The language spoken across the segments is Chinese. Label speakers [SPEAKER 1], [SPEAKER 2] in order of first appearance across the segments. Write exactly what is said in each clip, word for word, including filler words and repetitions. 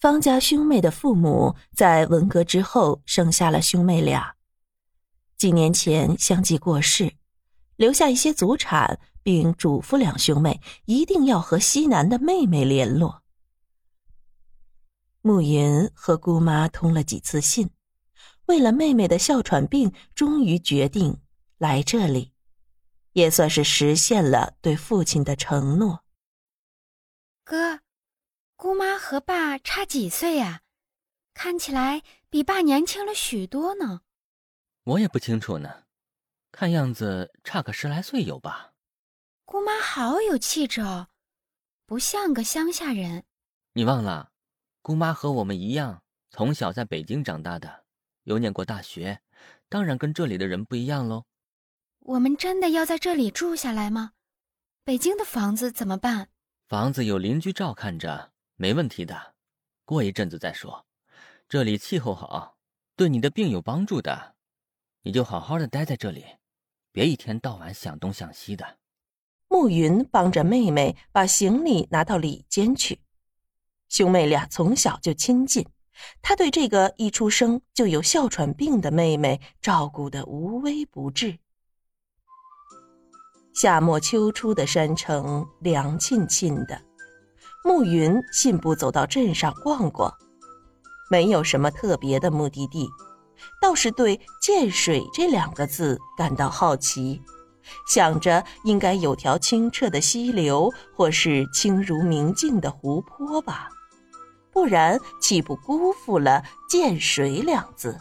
[SPEAKER 1] 方家兄妹的父母在文革之后生下了兄妹俩，几年前相继过世，留下一些祖产，并嘱咐两兄妹一定要和西南的妹妹联络。暮云和姑妈通了几次信，为了妹妹的哮喘病，终于决定来这里，也算是实现了对父亲的承诺。
[SPEAKER 2] 哥，姑妈和爸差几岁呀？看起来比爸年轻了许多呢。
[SPEAKER 3] 我也不清楚呢，看样子差个十来岁有吧。
[SPEAKER 2] 姑妈好有气质哦，不像个乡下人。
[SPEAKER 3] 你忘了，姑妈和我们一样，从小在北京长大的，有念过大学，当然跟这里的人不一样喽。
[SPEAKER 2] 我们真的要在这里住下来吗？北京的房子怎么办？
[SPEAKER 3] 房子有邻居照看着，没问题的。过一阵子再说。这里气候好，对你的病有帮助的。你就好好的待在这里，别一天到晚想东想西的。
[SPEAKER 1] 暮云帮着妹妹把行李拿到里间去。兄妹俩从小就亲近，他对这个一出生就有哮喘病的妹妹照顾得无微不至。夏末秋初的山城凉沁沁的，暮云信步走到镇上逛逛，没有什么特别的目的地，倒是对涧水这两个字感到好奇，想着应该有条清澈的溪流，或是清如明镜的湖泊吧，不然岂不辜负了涧水两字。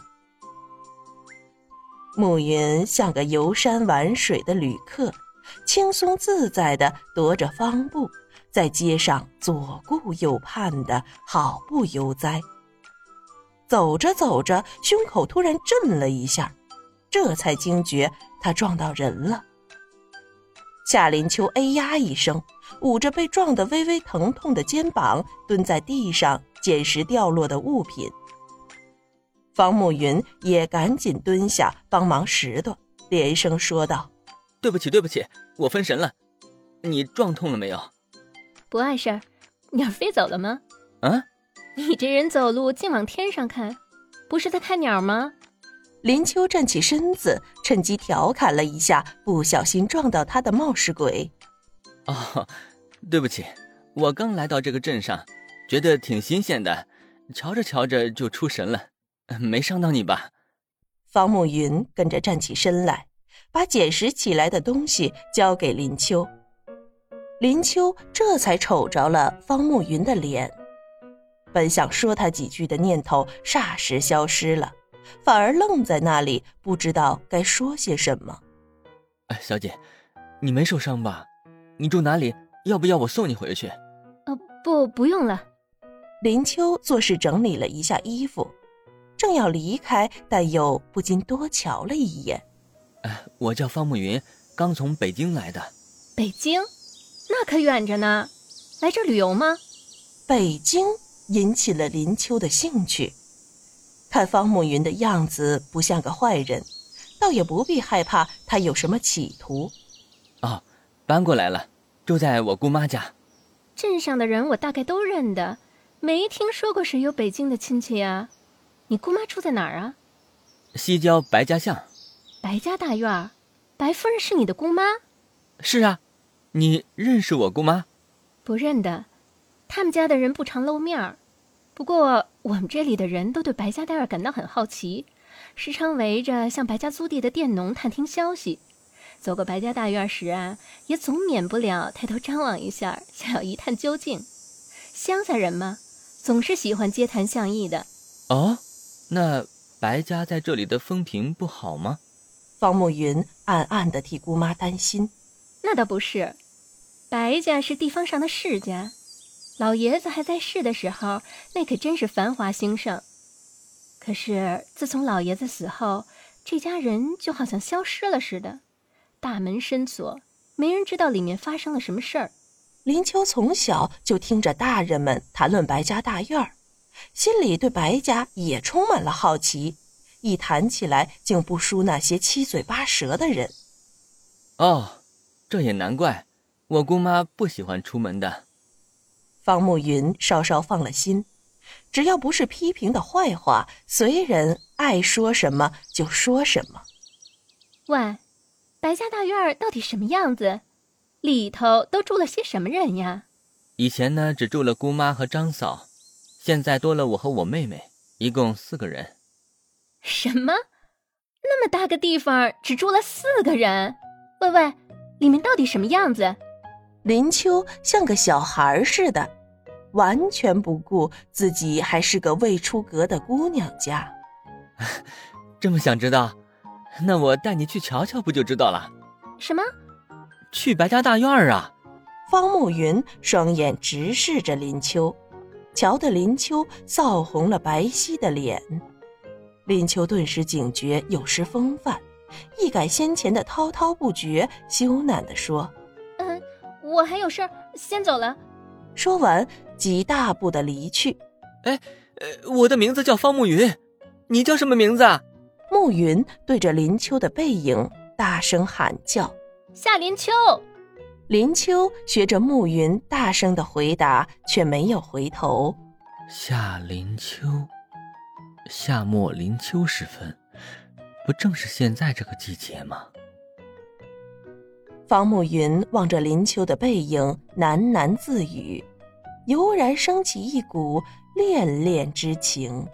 [SPEAKER 1] 暮云像个游山玩水的旅客，轻松自在地踱着方步，在街上左顾右盼的，好不悠哉。走着走着，胸口突然震了一下，这才惊觉他撞到人了。夏林秋哎呀一声，捂着被撞得微微疼痛的肩膀，蹲在地上捡拾掉落的物品。方慕云也赶紧蹲下帮忙拾掇，连声说道：
[SPEAKER 3] 对不起对不起，我分神了。你撞痛了没有？
[SPEAKER 4] 不碍事儿。鸟飞走了吗？
[SPEAKER 3] 啊？
[SPEAKER 4] 你这人走路净往天上看，不是在看鸟吗？
[SPEAKER 1] 林秋站起身子，趁机调侃了一下不小心撞到他的冒失鬼。
[SPEAKER 3] 哦，对不起，我刚来到这个镇上，觉得挺新鲜的，瞧着瞧着就出神了，没伤到你吧？
[SPEAKER 1] 方慕云跟着站起身来，把捡拾起来的东西交给林秋。林秋这才瞅着了方慕云的脸，本想说他几句的念头霎时消失了，反而愣在那里，不知道该说些什么。
[SPEAKER 3] 哎，小姐，你没受伤吧？你住哪里？要不要我送你回去？
[SPEAKER 4] 呃，不，不用了。
[SPEAKER 1] 林秋做事整理了一下衣服，正要离开，但又不禁多瞧了一眼。
[SPEAKER 3] 哎，我叫方慕云，刚从北京来的。
[SPEAKER 4] 北京？那可远着呢。来这旅游吗？
[SPEAKER 1] 北京引起了林秋的兴趣。看方慕云的样子不像个坏人，倒也不必害怕他有什么企图。
[SPEAKER 3] 哦，搬过来了，住在我姑妈家。
[SPEAKER 4] 镇上的人我大概都认得，没听说过谁有北京的亲戚啊。你姑妈住在哪儿啊？
[SPEAKER 3] 西郊白家巷。
[SPEAKER 4] 白家大院？白夫人是你的姑妈？
[SPEAKER 3] 是啊，你认识我姑妈？
[SPEAKER 4] 不认得，他们家的人不常露面儿。不过我们这里的人都对白家大院感到很好奇，时常围着向白家租地的佃农探听消息。走过白家大院时啊，也总免不了抬头张望一下，想要一探究竟。乡下人嘛，总是喜欢街谈巷议的。
[SPEAKER 3] 哦，那白家在这里的风评不好吗？
[SPEAKER 1] 方慕云暗暗地替姑妈担心。
[SPEAKER 4] 那倒不是，白家是地方上的世家，老爷子还在世的时候，那可真是繁华兴盛。可是自从老爷子死后，这家人就好像消失了似的，大门深锁，没人知道里面发生了什么事儿。
[SPEAKER 1] 林秋从小就听着大人们谈论白家大院儿，心里对白家也充满了好奇，一谈起来竟不输那些七嘴八舌的人。
[SPEAKER 3] 哦，这也难怪，我姑妈不喜欢出门的。
[SPEAKER 1] 方慕云稍稍放了心， 只要不是批评的坏话，随人爱说什么就说什么。
[SPEAKER 4] 喂，白家大院到底什么样子？里头都住了些什么人呀？
[SPEAKER 3] 以前呢，只住了姑妈和张嫂，现在多了我和我妹妹，一共四个人。
[SPEAKER 4] 什么？那么大个地方只住了四个人？喂喂，里面到底什么样子？
[SPEAKER 1] 林秋像个小孩似的，完全不顾自己还是个未出阁的姑娘家。
[SPEAKER 3] 这么想知道，那我带你去瞧瞧不就知道了。
[SPEAKER 4] 什么？
[SPEAKER 3] 去白家大院啊！
[SPEAKER 1] 方慕云双眼直视着林秋，瞧得林秋臊红了白皙的脸。林秋顿时警觉有失风范，一改先前的滔滔不绝，羞赧地说：
[SPEAKER 4] 嗯，我还有事儿，先走了。
[SPEAKER 1] 说完急大步地离去。
[SPEAKER 3] 哎，呃，我的名字叫方慕云，你叫什么名字啊？
[SPEAKER 1] 慕云对着林秋的背影大声喊叫：
[SPEAKER 4] 夏林秋。
[SPEAKER 1] 林秋学着慕云大声地回答，却没有回头。
[SPEAKER 3] 夏林秋，夏末林秋时分，不正是现在这个季节吗？
[SPEAKER 1] 方慕云望着林秋的背影喃喃自语，油然升起一股恋恋之情。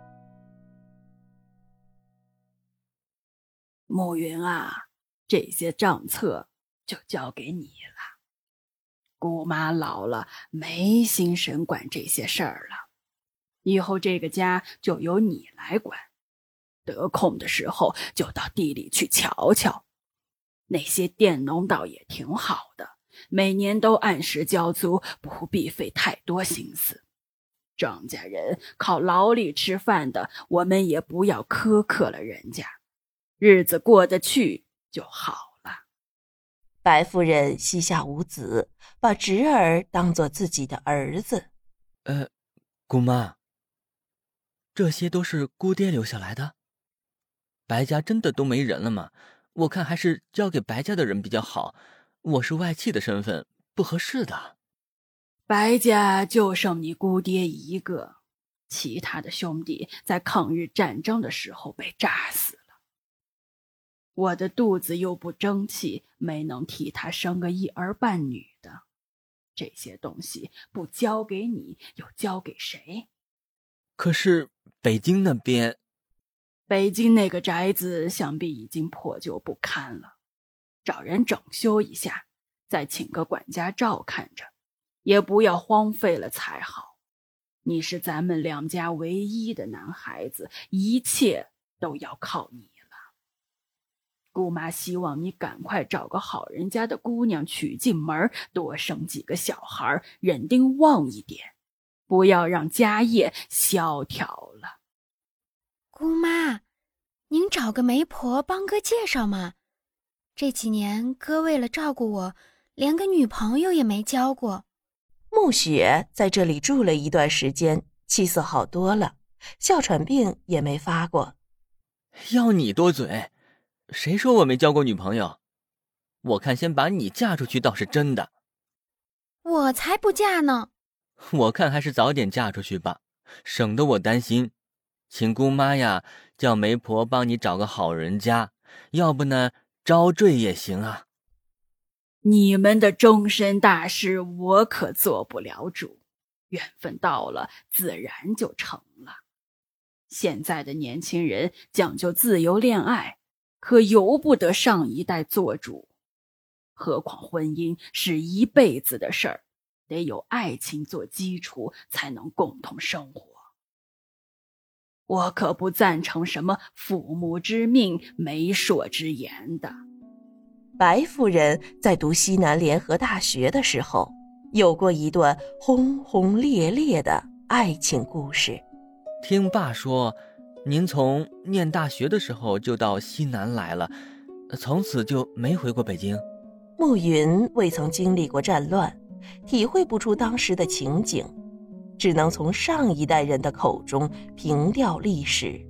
[SPEAKER 5] 慕云啊，这些账册就交给你了。姑妈老了，没心神管这些事儿了，以后这个家就由你来管。得空的时候就到地里去瞧瞧，那些佃农倒也挺好的，每年都按时交租，不必费太多心思。庄稼人靠劳力吃饭的，我们也不要苛刻了人家，日子过得去就好了。
[SPEAKER 1] 白夫人膝下无子，把侄儿当作自己的儿子。
[SPEAKER 3] 呃，姑妈，这些都是姑爹留下来的？白家真的都没人了吗？我看还是交给白家的人比较好，我是外戚的身份，不合适的。
[SPEAKER 5] 白家就剩你姑爹一个，其他的兄弟在抗日战争的时候被炸死了。我的肚子又不争气，没能替他生个一儿半女的，这些东西不交给你，又交给谁？
[SPEAKER 3] 可是北京那边……
[SPEAKER 5] 北京那个宅子想必已经破旧不堪了，找人整修一下，再请个管家照看着，也不要荒废了才好。你是咱们两家唯一的男孩子，一切都要靠你了。姑妈希望你赶快找个好人家的姑娘娶进门，多生几个小孩，人丁旺一点，不要让家业萧条了。
[SPEAKER 2] 姑妈，您找个媒婆帮哥介绍嘛。这几年哥为了照顾我，连个女朋友也没交过。
[SPEAKER 1] 暮雪在这里住了一段时间，气色好多了，哮喘病也没发过。
[SPEAKER 3] 要你多嘴，谁说我没交过女朋友？我看先把你嫁出去倒是真的。
[SPEAKER 2] 我才不嫁呢。
[SPEAKER 3] 我看还是早点嫁出去吧，省得我担心。请姑妈呀，叫媒婆帮你找个好人家，要不呢招赘也行啊。
[SPEAKER 5] 你们的终身大事我可做不了主，缘分到了自然就成了。现在的年轻人讲究自由恋爱，可由不得上一代做主。何况婚姻是一辈子的事儿，得有爱情做基础，才能共同生活。我可不赞成什么父母之命、媒妁之言的。
[SPEAKER 1] 白夫人在读西南联合大学的时候，有过一段轰轰烈烈的爱情故事。
[SPEAKER 3] 听爸说，您从念大学的时候就到西南来了，从此就没回过北京。
[SPEAKER 1] 暮云未曾经历过战乱，体会不出当时的情景，只能从上一代人的口中凭吊历史。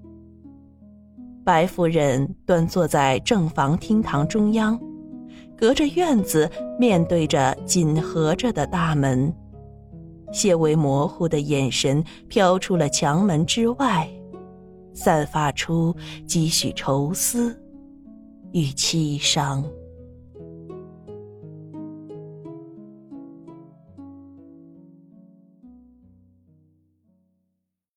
[SPEAKER 1] 白夫人端坐在正房厅堂中央，隔着院子面对着紧合着的大门。 些微模糊的眼神飘出了墙门之外，散发出几许愁思与凄伤。